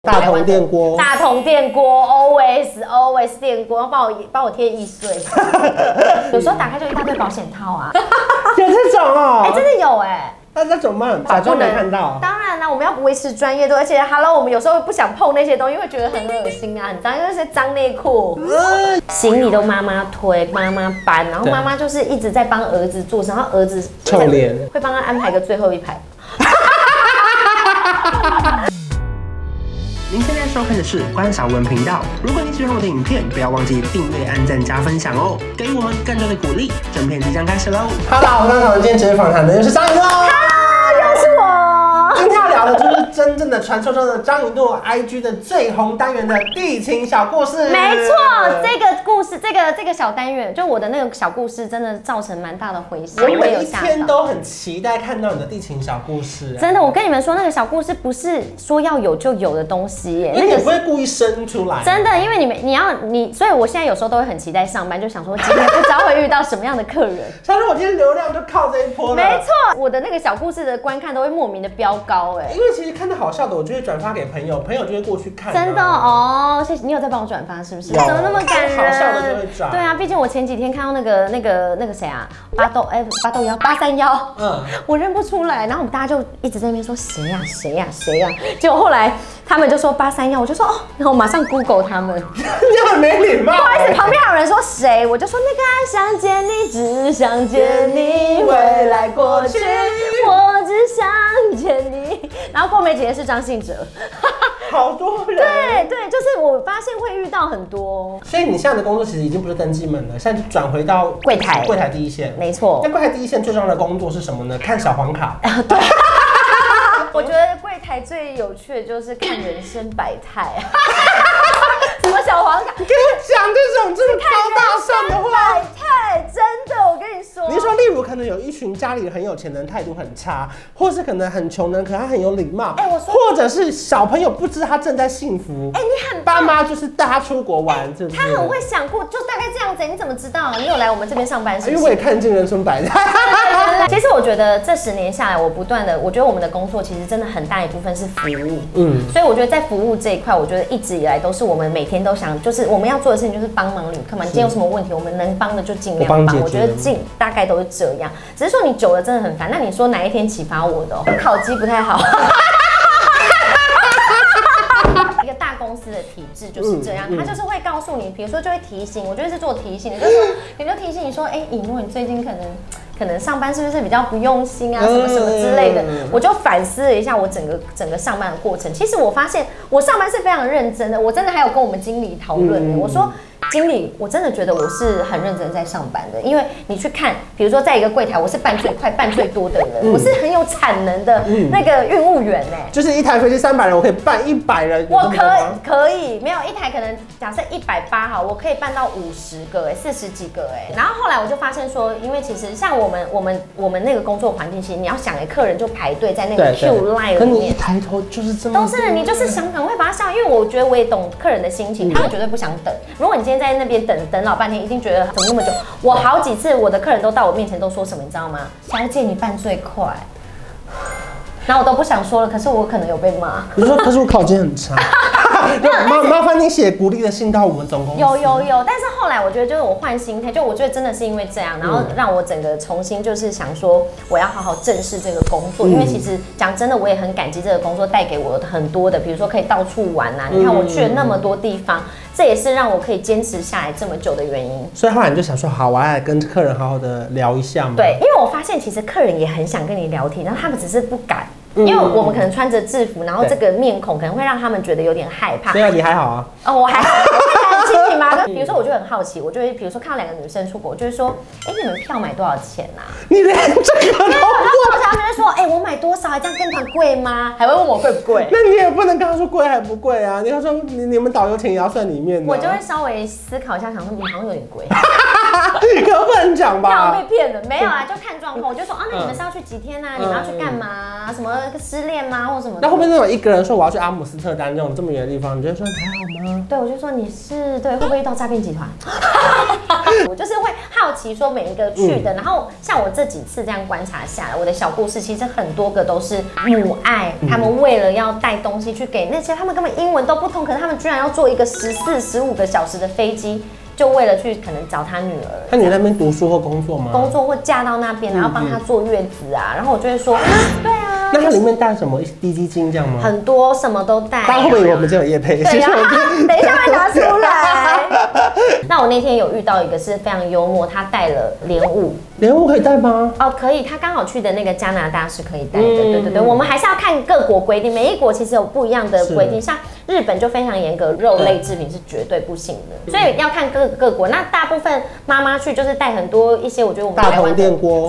大同电锅， 大同电锅 always 电锅，帮我贴易碎。有时候打开就一大堆保险套啊， 有这种哦， 真的有哎。 那怎么办？假装没看到。 当然啦，我们要维持专业度，而且 Hello， 我们有时候不想碰那些东西，会觉得很恶心啊，很脏，因为那些脏内裤，行李都妈妈推、妈妈搬，然后妈妈就是一直在帮儿子做，然后儿子臭脸会帮他安排个最后一排。 您现在收看的是关少文频道。如果你喜欢我的影片，不要忘记订阅、按赞、加分享哦，给予我们更多的鼓励。整片即将开始喽！Hello， 我是关少文，今天接受访谈的又是张云诺。 Hello， 又是我。 今天要聊的就是真正的传说中的张云诺 IG 的最红单元的地勤小故事。 没错，这个故事，这个小单元，就我的那个小故事，真的造成蛮大的回响。 我每一天都很期待看到你的地勤小故事。 真的，我跟你们说，那个小故事不是说要有就有的东西耶， 因为你不会故意生出来。 真的，因为你，所以我现在有时候都会很期待上班，就想说今天不知道会遇到什么样的客人。 想说我今天流量就靠这一波了。 没错，我的那个小故事的观看都会莫名的飙高哎。 因为其实看到好笑的，我就会转发给朋友，朋友就会过去看。 真的哦，谢谢你有在帮我转发是不是？怎么那么感人？ 好笑的就会转。 对啊，毕竟我前几天看到那个谁啊，八豆幺831，我认不出来，然后我们大家就一直在那边说谁呀，结果后来他们就说831，我就说哦，然后我马上 Google 他们， 你很没礼貌。 不好意思，旁边还有人说谁，我就说那个想见你，只想见你，未来过去，我只想见你。然后过没几天是张信哲， 好多人。 对，就是我发现会遇到很多。 所以你现在的工作其实已经不是登记门了，现在就转回到柜台第一线。 没错。 那柜台第一线最重要的工作是什么呢？看小黄卡。 对。我觉得柜台最有趣的就是看人生百态。什么小黄卡？ 你跟我讲这种高大上的话。 百态，真的，我跟你说。 你说，例如可能有一群家里很有钱的人态度很差，或是可能很穷的人，可他很有礼貌。或者是小朋友不知他正在幸福。 你很爸妈就是带他出国玩，是不是？ 他很会想过，就大概这样子。你怎么知道？你有来我们这边上班是不是？ 因为我也看尽人生百态。 其实我觉得这10年下来，我觉得我们的工作其实真的很大一部分是服务。所以我觉得在服务这一块，我觉得一直以来都是我们每天都想，就是我们要做的事情就是帮忙旅客嘛。你今天有什么问题，我们能帮的就尽量帮。我觉得大概都是这样，只是说你久了真的很烦。那你说哪一天启发我的？烤鸡不太好。一个大公司的体制就是这样，他就是会告诉你，比如说就会提醒，我觉得是做提醒，你就提醒你说，尹诺，你最近可能上班是不是比较不用心啊，什么之类的。我就反思了一下我整个上班的过程，其实我发现我上班是非常认真的，我真的还有跟我们经理讨论的，我说。经理，我真的觉得我是很认真在上班的，因为你去看，比如说在一个柜台，我是办最快、办最多的人，我是很有产能的那个运务员哎。 就是一台飞机300人，我可以办100人。 我可以，没有一台可能假设180哈，我可以办到50个哎，40几个哎。然后后来我就发现说，因为其实像我们那个工作环境，其实你要想客人就排队在那个 Q line 里面， 可你一抬头就是这么多， 都是你就是想赶快把它上，因为我觉得我也懂客人的心情，他们绝对不想等。如果你今天在那边等老半天，一定觉得怎么那么久。我好几次我的客人都到我面前都说什么，你知道吗？小姐你办最快，然后我都不想说了，可是我可能有被骂。 你说可是我考绩很差。麻烦你写鼓励的信到我们总公司。 有，但是后来我觉得就是我换心态，就我觉得真的是因为这样，然后让我整个重新就是想说我要好好正视这个工作，因为其实讲真的我也很感激这个工作带给我很多的，比如说可以到处玩啊，你看我去了那么多地方，这也是让我可以坚持下来这么久的原因。 所以后来你就想说，好，我要来跟客人好好的聊一下嘛。 对，因为我发现其实客人也很想跟你聊天，然后他们只是不敢。因为我们可能穿着制服，然后这个面孔可能会让他们觉得有点害怕。 对啊，你还好啊。 我还好，我很亲民嘛。比如说，我就很好奇，我就会比如说看到2个女生出国，我就会说，你们票买多少钱啊？ 你连这个都不问，他们就说，我买多少？这样跟团贵吗？还会问我贵不贵？ 那你也不能跟他说贵还不贵啊，你要说你们导游钱也要算里面的。 我就会稍微思考一下，想说你好像有点贵。 可不能讲吧？ 怕我被骗了，没有啊，就看状况。我就说那你们是要去几天啊？你们要去干嘛？什么失恋吗？或什么？ 那会不会那种一个人说我要去阿姆斯特丹这么远的地方，你就说还好吗？ 对，我就说你是对，会不会遇到诈骗集团？我就是会好奇说每一个去的，然后像我这几次这样观察下来，我的小故事其实很多个都是母爱，他们为了要带东西去给那些他们根本英文都不通，可是他们居然要坐一个14、15个小时的飞机。就为了去可能找他女儿， 那你那边读书或工作吗？ 工作或嫁到那边，然后帮他坐月子啊，然后我就会说，对啊。 那它里面带什么低基金这样吗？ 很多什么都带。 大家会不会以为我们这有业配？ 对啊，等一下会拿出来。那我那天有遇到一个是非常幽默，他带了莲雾。 莲雾可以带吗？ 哦，可以，他刚好去的那个加拿大是可以带的。对对对，我们还是要看各国规定，每一国其实有不一样的规定，像日本就非常严格，肉类制品是绝对不行的，所以要看各国。那大部分妈妈去就是带很多一些，我觉得我们大同电锅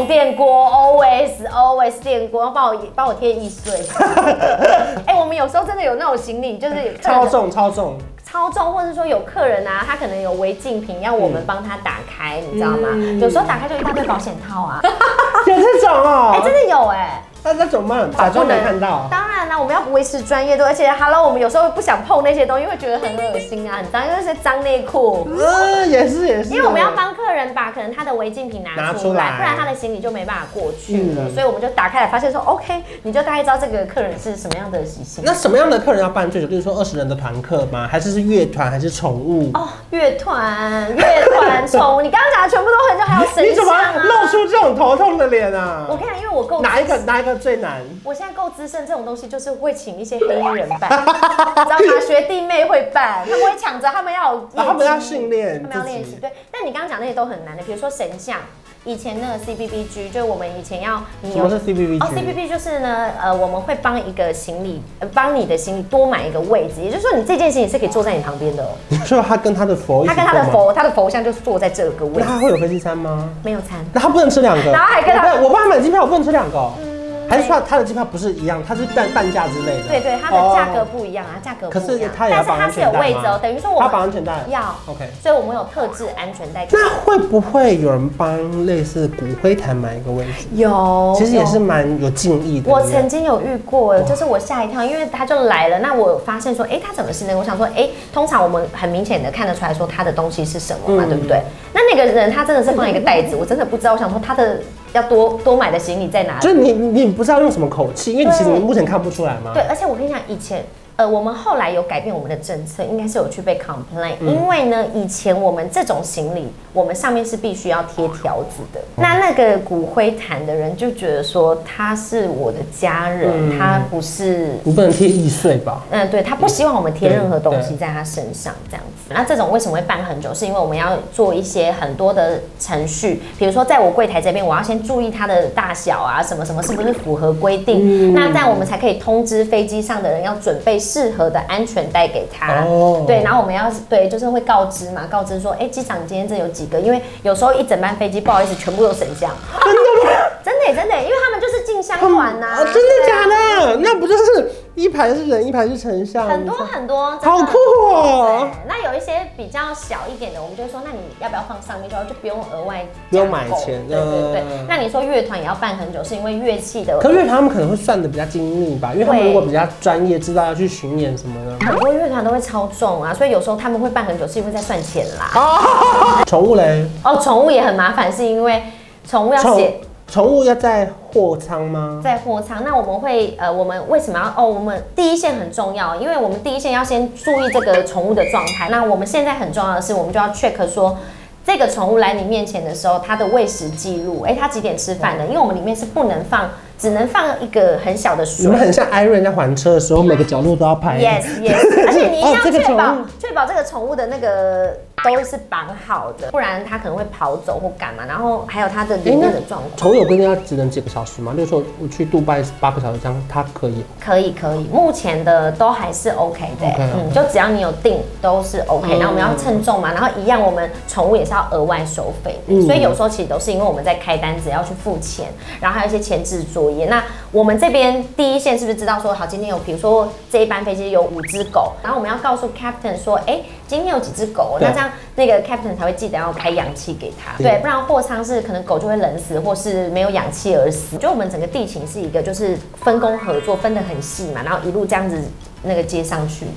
，always 电锅，帮我贴易碎。哎，我们有时候真的有那种行李，就是超重， 或者说有客人啊，他可能有违禁品，要我们帮他打开，你知道吗？有时候打开就一大堆保险套啊。 有这种哦？ 哎，真的有哎。 那怎么办？假装没看到。 当然啦，我们要维持专业度，而且 Hello， 我们有时候不想碰那些东西，会觉得很恶心啊，很脏，因为是脏内裤。 也是。 因为我们要帮客人把可能他的违禁品拿出来，不然他的行李就没办法过去了。所以我们就打开来，发现说 OK， 你就大概知道这个客人是什么样的习性。 那什么样的客人要办最久？比如说20人的团客吗？还是乐团，还是宠物？ 哦，乐团、宠物，你刚刚讲的全部都很久，还有神像啊。 你怎么露出这种头痛的脸啊？ 我跟你讲，因为我够哪一个最难？ 我现在够资深，这种东西就是会请一些黑衣人办，你知道吗？学弟妹会办，他们会抢着，他们要有他们要训练， 他们要练习。对，但你刚刚讲那些都很难的，比如说神像。以前那个 CBBG 就是我们以前要什么是 CBBG？ 哦 ，CBBG 就是呢，我们会帮一个行李，帮你的行李多买一个位置，也就是说你这件行李是可以坐在你旁边的哦。 你说他跟他的佛， 他的佛像就坐在这个位置。 那他会有飞机餐吗？ 没有餐。 那他不能吃2个？ 然后还跟他， 我帮他买机票，我不能吃2个。还是说他的机票不是一样，它是半价之类的？ 对，它的价格不一样啊，价格不一样。 可是它也要绑安全带吗？ 但是它是有位置哦，等于说我们他绑安全带要 OK， 所以我们有特制安全带。 那会不会有人帮类似骨灰坛买一个位置？ 有， 其实也是蛮有敬意的。 我曾经有遇过，就是我吓一跳，因为他就来了，那我发现说，他怎么是那个？我想说，通常我们很明显的看得出来说他的东西是什么嘛，对不对？那个人他真的是放一个袋子，我真的不知道，我想说他的。要多买的行李在哪里？ 就是你不知道用什么口气，因为其实你目前看不出来嘛。 对，而且我跟你讲，以前我们后来有改变我们的政策，应该是有去被 complain，因为呢，以前我们这种行李，我们上面是必须要贴条子的。那个骨灰坛的人就觉得说他是我的家人，他不是你不能贴易碎吧？ 对，他不希望我们贴任何东西在他身上这样子。那这种为什么会办很久？是因为我们要做一些很多的程序，比如说在我柜台这边，我要先注意它的大小啊，什么是不是符合规定，那这样我们才可以通知飞机上的人要准备适合的安全带给他。对，然后我们要就是会告知说，机长今天这有几个，因为有时候一整班飞机不好意思全部都神像。真的，因为他们就是进香团呐。 真的假的？那不就是一排是人，一排是神像？ 很多， 好酷哦。 那有一些比较小一点的，我们就会说，那你要不要放上面就不用额外不用买钱。 对。那你说乐团也要办很久，是因为乐器的。 可乐团他们可能会算的比较精密吧，因为他们如果比较专业，知道要去巡演什么的。 很多乐团都会超重啊，所以有时候他们会办很久，是因为在算钱啦。 宠物嘞？ 宠物也很麻烦，是因为宠物要写。 宠物要在货仓吗？ 在货仓，那我们会我们为什么要我们第一线很重要，因为我们第一线要先注意这个宠物的状态。那我们现在很重要的是，我们就要 check 说这个宠物来你面前的时候，它的喂食记录，它几点吃饭的？因为我们里面是不能放，只能放一个很小的水。 你们很像 Iron 在还车的时候，每个角落都要拍。 Yes， 而且你一定要确保这个宠物的那个都是绑好的，不然它可能会跑走或干嘛。然后还有它的里面的状况。 宠物有规定要只能几个小时吗？例如说我去杜拜8个小时这样，它可以？ 可以，目前的都还是 OK 的。就只要你有订都是 OK。然后我们要称重嘛，然后一样我们宠物也是要额外收费的。所以有时候其实都是因为我们在开单子要去付钱，然后还有一些前置作业。那我们这边第一线是不是知道说，好，今天有比如说这一班飞机有5只狗，然后我们要告诉 Captain 说，今天有几只狗，那这样那个 Captain 才会记得要开氧气给他，对，不然货舱是可能狗就会冷死，或是没有氧气而死。就我们整个地勤是一个就是分工合作，分得很细嘛，然后一路这样子那个接上去的。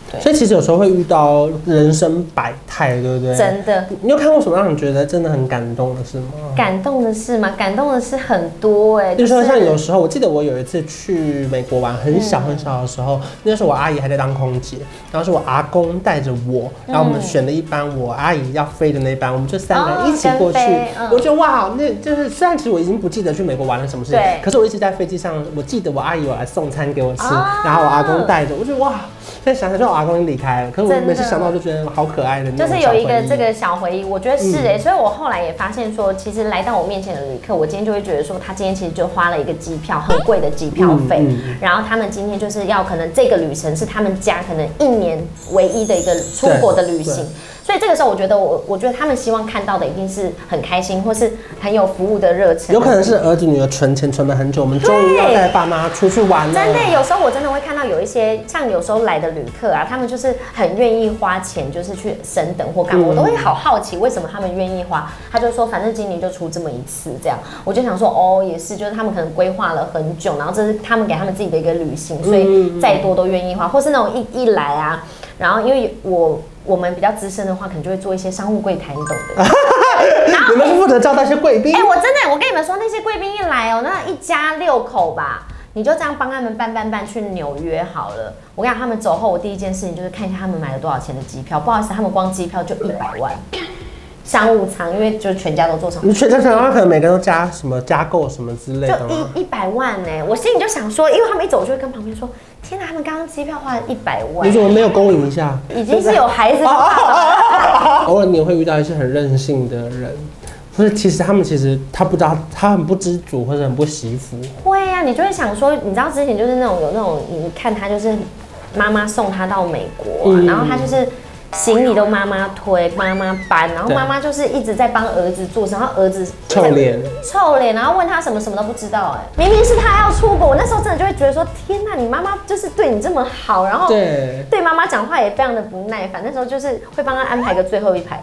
所以其实有时候会遇到人生百态，对不对？ 真的。 你有看过什么让你觉得真的很感动的事吗？ 感动的事吗？感动的事很多哎。 就是说像有时候，我记得我有一次去美国玩，很小很小的时候，那时候我阿姨还在当空姐，然后是我阿公带着我，然后我们选了一班我阿姨要飞的那班，我们就3个人一起过去。我觉得哇，那就是虽然其实我已经不记得去美国玩了什么事情，可是我一直在飞机上，我记得我阿姨有来送餐给我吃，然后我阿公带着，我觉得哇。现在想想，就我阿公已经离开了，可是我每次想到就觉得好可爱的那种小回忆。就是有一个这个小回忆，我觉得是哎，所以我后来也发现说，其实来到我面前的旅客，我今天就会觉得说，他今天其实就花了一个机票，很贵的机票费，然后他们今天就是要可能这个旅程是他们家可能1年唯一的一个出国的旅行。所以这个时候，我觉得他们希望看到的一定是很开心，或是很有服务的热忱。 有可能是儿子女儿存钱存了很久，我们终于要带爸妈出去玩了。 真的，有时候我真的会看到有一些像有时候来的旅客啊，他们就是很愿意花钱，就是去升等或干嘛，我都会好好奇为什么他们愿意花。他就说，反正今年就出这么一次，这样我就想说，哦，也是，就是他们可能规划了很久，然后这是他们给他们自己的一个旅行，所以再多都愿意花，或是那种一来啊，然后因为我们比较资深的话，可能就会做一些商务柜台，你懂的。 你们是负责招待一些贵宾。 我真的，我跟你们说，那些贵宾一来哦，那一家6口吧，你就这样帮他们办去纽约好了。我跟你讲，他们走后，我第一件事情就是看一下他们买了多少钱的机票。不好意思，他们光机票就100万。商务舱，因为就是全家都坐上。 你全家可能每个人都加什么加购什么之类的吗？ 就100万呢，我心里就想说，因为他们一走，我就会跟旁边说：“天哪，他们刚刚机票花了100万。” 你怎么没有勾引一下？ 已经是有孩子的爸爸。 偶尔你也会遇到一些很任性的人，或者其实他不知道，他很不知足或者很不惜福。 会啊，你就会想说，你知道之前就是那种有那种，你看他就是妈妈送他到美国啊，然后他就是。行李都妈妈推，妈妈搬，然后妈妈就是一直在帮儿子做，然后儿子臭脸， 然后问他什么都不知道，明明是他要出国，我那时候真的就会觉得说，天哪，你妈妈就是对你这么好，然后对妈妈讲话也非常的不耐烦，那时候就是会帮他安排个最后一排。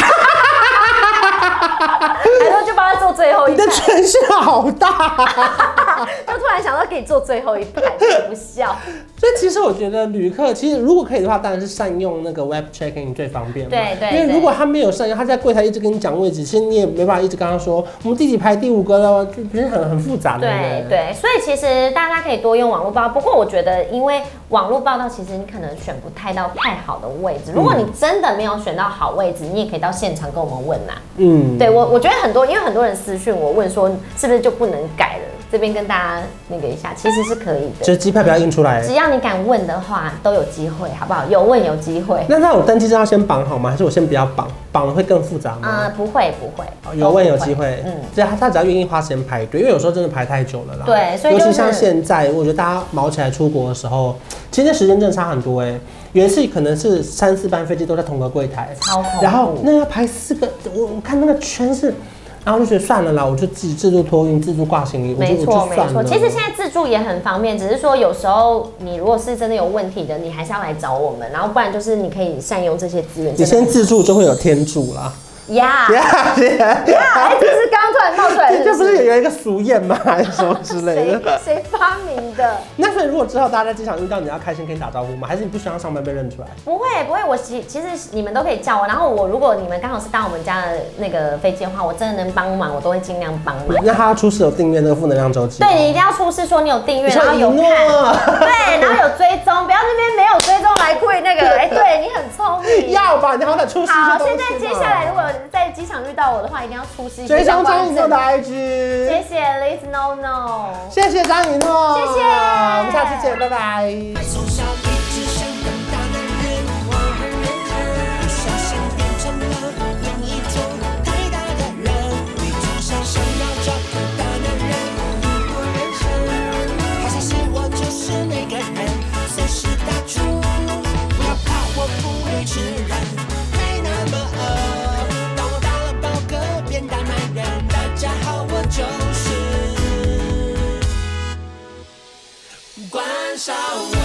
然后就帮他坐最后一排。 你的权限好大， 就突然想到可以坐最后一排，真的不笑。 所以其实我觉得旅客其实如果可以的话，当然是善用那个 web check-in 最方便嘛。 对。 因为如果他没有善用，他在柜台一直跟你讲位置，其实你也没办法一直跟他说我们第几排第5个了，就不是很复杂的。 对。所以其实大家可以多用网络报道，不过我觉得因为网络报道其实你可能选不太到太好的位置。如果你真的没有选到好位置，你也可以到现场跟我们问呐。对我觉得因为很多人私讯我问说是不是就不能改了。这边跟大家那个一下，其实是可以的， 就是机票不要印出来， 只要你敢问的话，都有机会，好不好？有问有机会。 那我登记证要先绑好吗？还是我先不要绑？绑了会更复杂吗？ 不会， 有问有机会。只要他只要愿意花时间排队，因为有时候真的排太久了啦。 对，所以尤其像现在，我觉得大家毛起来出国的时候，其实那时间真的差很多哎。有一次可能是3、4班飞机都在同个柜台， 超恐怖。 然后那要排4个，我看那个全是。然后就觉得算了啦，我就自己自助托运、自助挂行李， 没错。其实现在自助也很方便，只是说有时候你如果是真的有问题的，你还是要来找我们，然后不然就是你可以善用这些资源。 你先自助就会有天助啦。 呀，这是刚刚突然冒出来的， 这不是有一个俗谚吗？还是什么之类的？ 谁发明的？ 那所以如果之后大家在机场遇到你要开心跟你打招呼吗？还是你不希望上班被认出来？ 不会，我其实你们都可以叫我，然后如果你们刚好是搭我们家的那个飞机的话，我真的能帮忙，我都会尽量帮忙。 那他要出示有订阅那个负能量周期？ 对，你一定要出示说你有订阅，然后有看，对，然后有追踪，不要那边没有追踪来跪那个，对你很聪明。 要吧，你好歹出示。 好，现在接下来如果在机场遇到我的话，一定要出示一些追踪张以诺的 IG。 谢谢 Liz No No， 谢谢张以诺， 谢谢， 我们下次见，拜拜。 从小一直想当大男人，我很认真，不小心变成了另一种太大的人。你从小想要找个大男人度过人生，好像是我就是那个人，随时打住，不要怕，我不会吃人，还那么饿。当我打了饱嗝变大男人，大家好，我就是关少文。